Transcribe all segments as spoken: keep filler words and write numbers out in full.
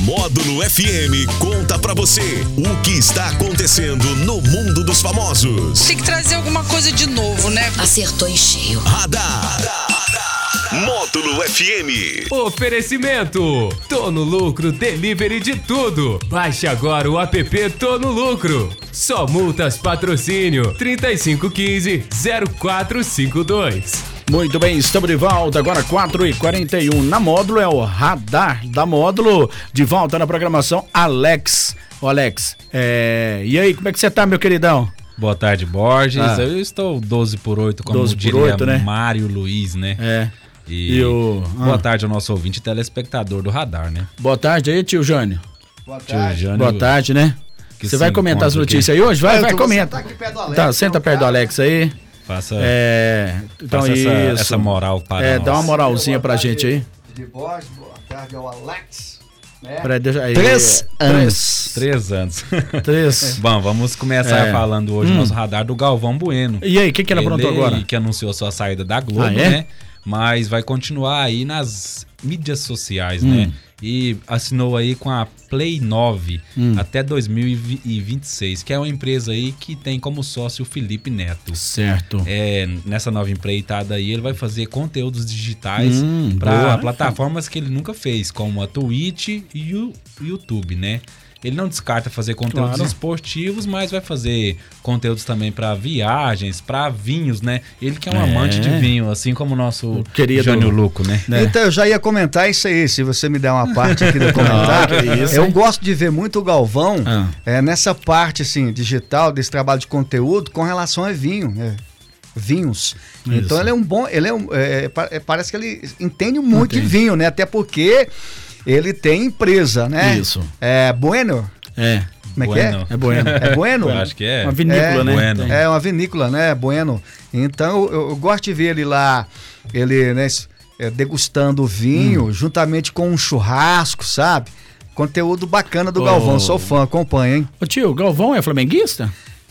Módulo F M conta pra você o que está acontecendo no mundo dos famosos. Tem que trazer alguma coisa de novo, né? Acertou em cheio. Radar. Módulo F M. Oferecimento. Tô no Lucro, delivery de tudo. Baixe agora o app Tô no Lucro. Só multas patrocínio trinta e cinco quinze, zero quatro cinco dois. Muito bem, estamos de volta, agora quatro e quarenta e um na Módulo, é o Radar da Módulo, de volta na programação, Alex. Ô Alex, é... e aí, como é que você tá, meu queridão? Boa tarde, Borges, Ah. eu estou doze por oito, como doze por diria oito, né? Mário Luiz, né? É. E, E o- boa ah. tarde ao nosso ouvinte e telespectador do Radar, né? Boa tarde aí, tio Jânio. Boa Tio tarde. Jânio, Boa tarde, né? que Você se vai comentar as encontra notícias aqui. aí hoje? Vai, Eu vai, tô- comenta. Você tá aqui perto do Alex, Tá, né, senta o perto do cara? Alex aí. Faça, É... Então faça isso. essa, essa moral para É, nós. dá uma moralzinha Boa pra tarde, gente aí. De Borges, boa tarde ao Alex. Né? Peraí, deixa aí. Três Três. Três anos. Três. Bom, vamos começar É. falando hoje Hum. no nosso Radar do Galvão Bueno. E aí, o que, que ele aprontou agora? Que anunciou sua saída da Globo, Ah, é? né? Mas vai continuar aí nas mídias sociais, Hum. né? E assinou aí com a Play nove Hum. até dois mil e vinte e seis, que é uma empresa aí que tem como sócio o Felipe Neto. Certo. É, nessa nova empreitada aí, ele vai fazer conteúdos digitais Hum, boa. para plataformas que ele nunca fez, como a Twitch e o YouTube, né? Ele não descarta fazer conteúdos Claro. esportivos, mas vai fazer conteúdos também para viagens, para vinhos, né? Ele que é um É. amante de vinho, assim como o nosso querido- Jânio Luco, né? Né? Então, eu já ia comentar isso aí, se você me der uma parte aqui do comentário. que isso, eu hein? gosto de ver muito o Galvão Ah. é, nessa parte assim, digital, desse trabalho de conteúdo com relação a vinho, né? Vinhos. Isso. Então ele é um bom. Ele é um, é, pa- é, parece que ele entende muito Entende. de vinho, né? Até porque ele tem empresa, né? Isso. É Bueno. É. Como é Bueno. que É bueno. é? É Bueno? Eu acho que é. Uma vinícola, É, né? Bueno. Tem. É uma vinícola, né? Bueno. Então eu, eu gosto de ver ele lá, ele, né, s- é, degustando o vinho, Hum. juntamente com um churrasco, sabe? Conteúdo bacana do Oh. Galvão, sou fã, acompanha, hein? Ô tio, o Galvão é flamenguista?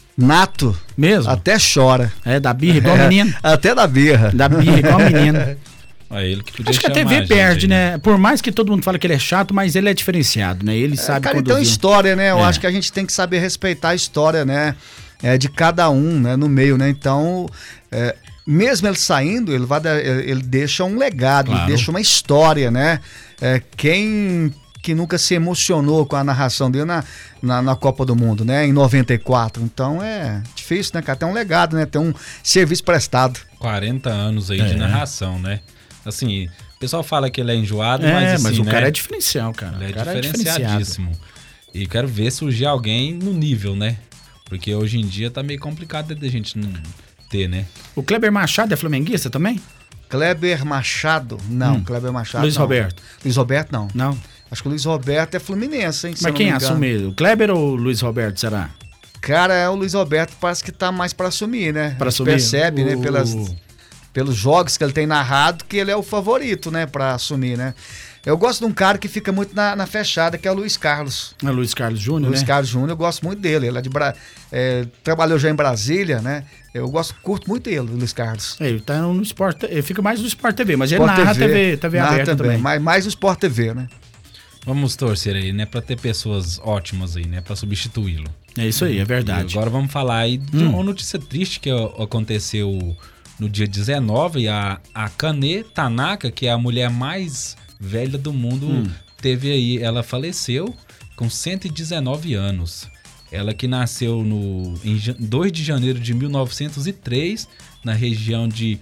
Nato, Mesmo? até chora. É, da birra igual É, menino. até da birra. Da birra igual menino. Olha, ele que podia Acho que a chamar T V gente perde, aí, né? Por mais que todo mundo fala que ele é chato, mas ele é diferenciado, né? Ele sabe Cara, quando então viu. história, né? Eu É. acho que a gente tem que saber respeitar a história, né? É, de cada um, né? No meio, né? Então, é, mesmo ele saindo, ele vai dar- ele deixa um legado, Claro. ele deixa uma história, né? É, quem que nunca se emocionou com a narração dele na, na, na Copa do Mundo, né? Em noventa e quatro. Então é difícil, né, cara? Tem um legado, né? Tem um serviço prestado. quarenta anos aí É. de narração, né? Assim, o pessoal fala que ele é enjoado, É, mas assim, mas o né? cara é diferencial, cara. Ele é o cara diferenciadíssimo. E quero ver surgir alguém no nível, né? Porque hoje em dia tá meio complicado de a gente não ter, né? O Kleber Machado é flamenguista também? Kleber Machado? Não, Hum. Kleber Machado Luiz não. Roberto? Luiz Roberto não. Não. Acho que o Luiz Roberto é fluminense, hein? se eu Mas não quem me engano. assume? O Kleber ou o Luiz Roberto, será? Cara, é o Luiz Roberto parece que tá mais pra assumir, né? Pra A gente assumir. percebe, né, O- pelas, pelos jogos que ele tem narrado, que ele é o favorito, né, pra assumir, né? Eu gosto de um cara que fica muito na, na fechada, que é o Luiz Carlos. É Luiz Carlos Júnior, Luiz né? Carlos Júnior, eu gosto muito dele. Ele é de Bra... é, trabalhou já em Brasília, né? Eu gosto, curto muito ele, o Luiz Carlos. É, ele tá no Sport, ele fica mais no Sport T V, mas Sport ele narra T V, T V narra aberta também. Mas mais no Sport T V, né? Vamos torcer aí, né? Pra ter pessoas ótimas aí, né? Pra substituí-lo. É isso aí, é E verdade. agora vamos falar aí de Hum. uma notícia triste que ó, aconteceu no dia dezenove. A, a Kane Tanaka, que é a mulher mais velha do mundo, Hum. teve aí, ela faleceu com cento e dezenove anos. Ela que nasceu no, em ja- dois de janeiro de mil novecentos e três, na região de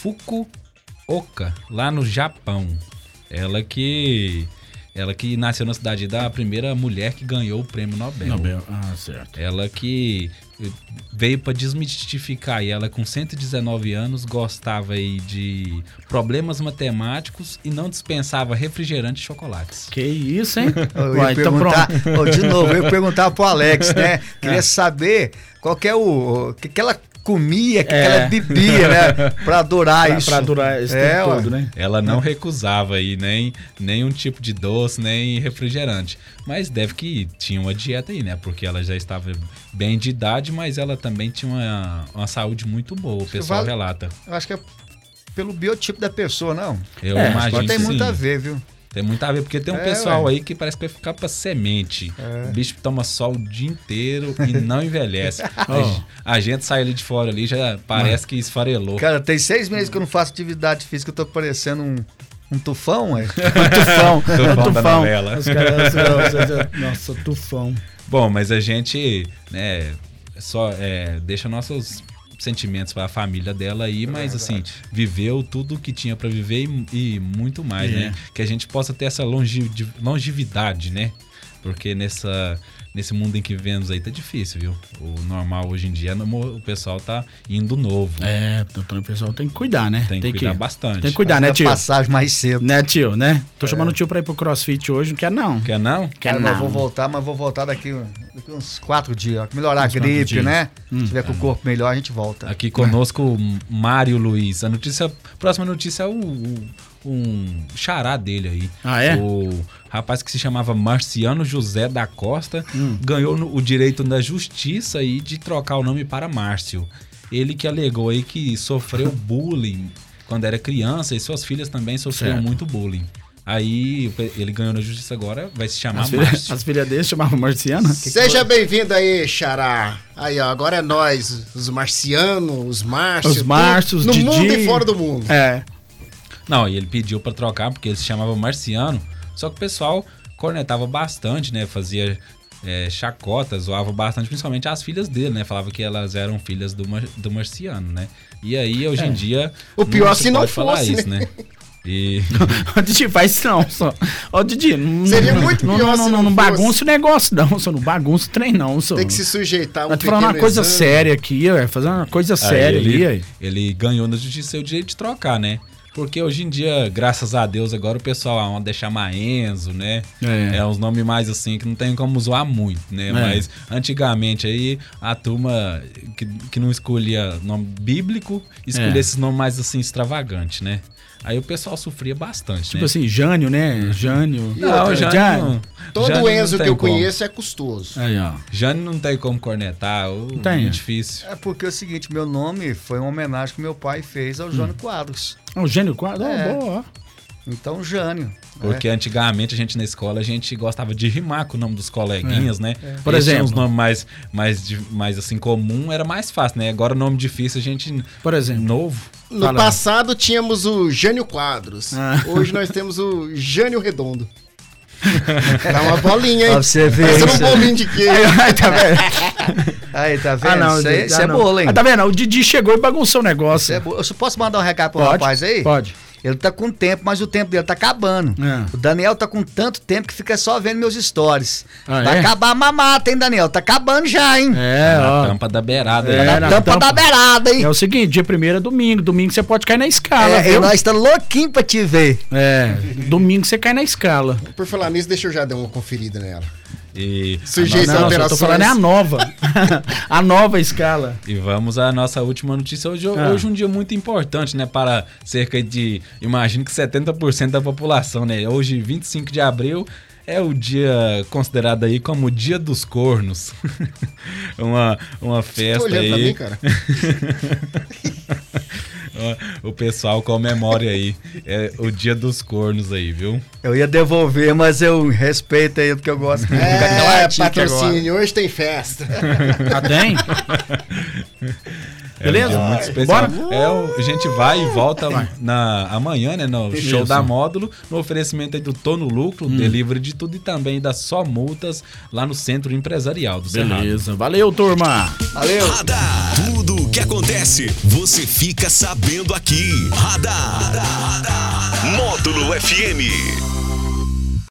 Fukuoka, lá no Japão. Ela que, ela que nasceu na cidade da primeira mulher que ganhou o prêmio Nobel. Nobel. Ah, certo. Ela que veio para desmistificar, e ela com cento e dezenove anos gostava aí de problemas matemáticos e não dispensava refrigerante e chocolates. Que isso, hein? Eu Uai, ia então perguntar, pronto. Ô, de novo, eu ia perguntar pro Alex, né? Queria saber qual que é o, o que, que ela comia, que, É. que ela bebia, né? Pra durar Pra, isso. pra durar esse É, tempo ué. todo, né? Ela não recusava aí nem nenhum tipo de doce, nem refrigerante. Mas deve que tinha uma dieta aí, né? Porque ela já estava bem de idade, mas ela também tinha uma, uma saúde muito boa, o pessoal vale- relata. Eu acho que é pelo biotipo da pessoa, não. Eu É, imagino Tem que muito sim. a ver, viu? Tem muito a ver, porque tem um É, pessoal ué. aí que parece que vai ficar pra semente. É. O bicho toma sol o dia inteiro e não envelhece. a, a gente sai ali de fora ali, já parece que esfarelou. Cara, tem seis meses que eu não faço atividade física, eu tô parecendo um, um tufão, ué. Tufão. Tufão da novela. Os caras, os- nossa, tufão. Bom, mas a gente, né, só é, deixa nossos sentimentos para a família dela aí, mas assim, viveu tudo que tinha para viver e, e muito mais, É. né? Que a gente possa ter essa longe- longevidade, né? Porque nessa, nesse mundo em que vivemos aí tá difícil, viu? O normal hoje em dia, o pessoal tá indo novo. É, então o pessoal tem que cuidar, né? Tem que cuidar bastante. Tem que cuidar, né, Fazer tio? a passagem mais cedo. Né, tio, né? Tô chamando o tio pra ir pro CrossFit hoje, não quer não. Quer não? Quer Cara, não. eu vou voltar, mas vou voltar daqui, daqui uns quatro dias. ó. Melhorar Uns a quatro gripe, dias. né? Hum. Se tiver com o corpo melhor, a gente volta. Aqui conosco o Mário Luiz. A notícia, próxima notícia é o, o- um xará dele aí. Ah, é? O rapaz que se chamava Marciano José da Costa Hum. ganhou no- o direito da justiça aí de trocar o nome para Márcio. Ele que alegou aí que sofreu bullying quando era criança e suas filhas também sofreram Certo. muito bullying. Aí ele ganhou na justiça agora, vai se chamar As filhas Márcio. as filhas dele chamavam Marciana? Seja bem-vindo aí, Xará. Aí, ó, agora é nós, os marcianos, os Márcios. Os Márcios, No Didi. mundo e fora do mundo. É. Não, e ele pediu pra trocar porque ele se chamava Marciano, só que o pessoal cornetava bastante, né? Fazia é, chacotas, zoava bastante, principalmente as filhas dele, né? Falava que elas eram filhas do, Mar- do Marciano, né? E aí, hoje em dia... O pior não se se não pode falar fosse, isso, né? E... Ô, Didi, faz isso não, só. Ô, Didi, não, Seria não, muito não, pior não, se não, não não fosse. bagunça o negócio, não, só. Não bagunça o trem, não, só. Tem que se sujeitar a um Tá te falando uma pequeno coisa exame. séria aqui, ué. Fazer uma coisa séria ele, aí, aí. ele ganhou na justiça o direito de trocar, né? Porque hoje em dia, graças a Deus, agora o pessoal ah, deixa chamar Enzo, né? É. É uns nomes mais assim que não tem como zoar muito, né? É. Mas antigamente aí a turma que, que não escolhia nome bíblico, escolhia É. esses nomes mais assim extravagantes, né? Aí o pessoal sofria bastante, Tipo né? assim, Jânio, né? Jânio. não, já. Jânio, Todo Jânio não Enzo que tem eu como. conheço é custoso. Aí, ó. Jânio não tem como cornetar, ou tem. muito difícil. É porque é o seguinte, meu nome foi uma homenagem que meu pai fez ao Jânio Quadros. O Gênio Quadro, É. oh, boa, ó. Então, Jânio. Porque antigamente a gente na escola a gente gostava de rimar com o nome dos coleguinhas, né? Por Eles tinham exemplo? os nomes mais, mais, de- mais assim comum, era mais fácil, né? Agora nome difícil a gente Por exemplo. novo. No Fala. passado tínhamos o Jânio Quadros. Ah. Hoje nós temos o Jânio Redondo. Dá uma bolinha, hein? Pra você ver Parecendo isso. um bolinho de queijo. Aí, tá vendo? Aí, tá vendo? Ah, não, isso aí, ah, isso é não. bolo, hein? Ah, tá vendo? O Didi chegou e bagunçou o Isso negócio. é bolo. Eu só posso mandar um recado pro Pode, rapaz aí? pode. Ele tá com tempo, mas o tempo dele tá acabando. É. O Daniel tá com tanto tempo que fica só vendo meus stories. Ah, Vai é? acabar a mamata, hein, Daniel? Tá acabando já, hein? É, na ó. tampa da beirada. É, né? Na na tampa, tampa. da beirada, hein? É o seguinte, dia primeiro é domingo. Domingo você pode cair na escala, É, viu? nós estamos louquinhos pra te ver. É, domingo você cai na escala. Por falar nisso, deixa eu já dar uma conferida nela. E, Sujeito a Não, só tô alterações. falando é a nova. A nova escala. e vamos à nossa última notícia. Hoje, Ah. hoje é um dia muito importante, né? Para cerca de, imagino que setenta por cento da população, né? Hoje, vinte e cinco de abril, é o dia considerado aí como o Dia dos Cornos. uma, uma Tô festa olhando pra aí. mim, cara. O pessoal comemora aí. É o Dia dos Cornos aí, viu? Eu ia devolver, mas eu respeito aí, porque eu gosto muito. É, patrocínio, hoje tem festa. Ah, tem? É Beleza? um dia muito especial. Bora? É, o- a gente vai e volta na, amanhã, né? No Beleza. show da Módulo, no oferecimento aí do Tô no Lucro, delivery de tudo e também da Só Multas lá no Centro Empresarial do Cerrado. Beleza. Valeu, turma. Valeu. Radar. Tudo o que acontece, você fica sabendo aqui. Radar. Módulo F M.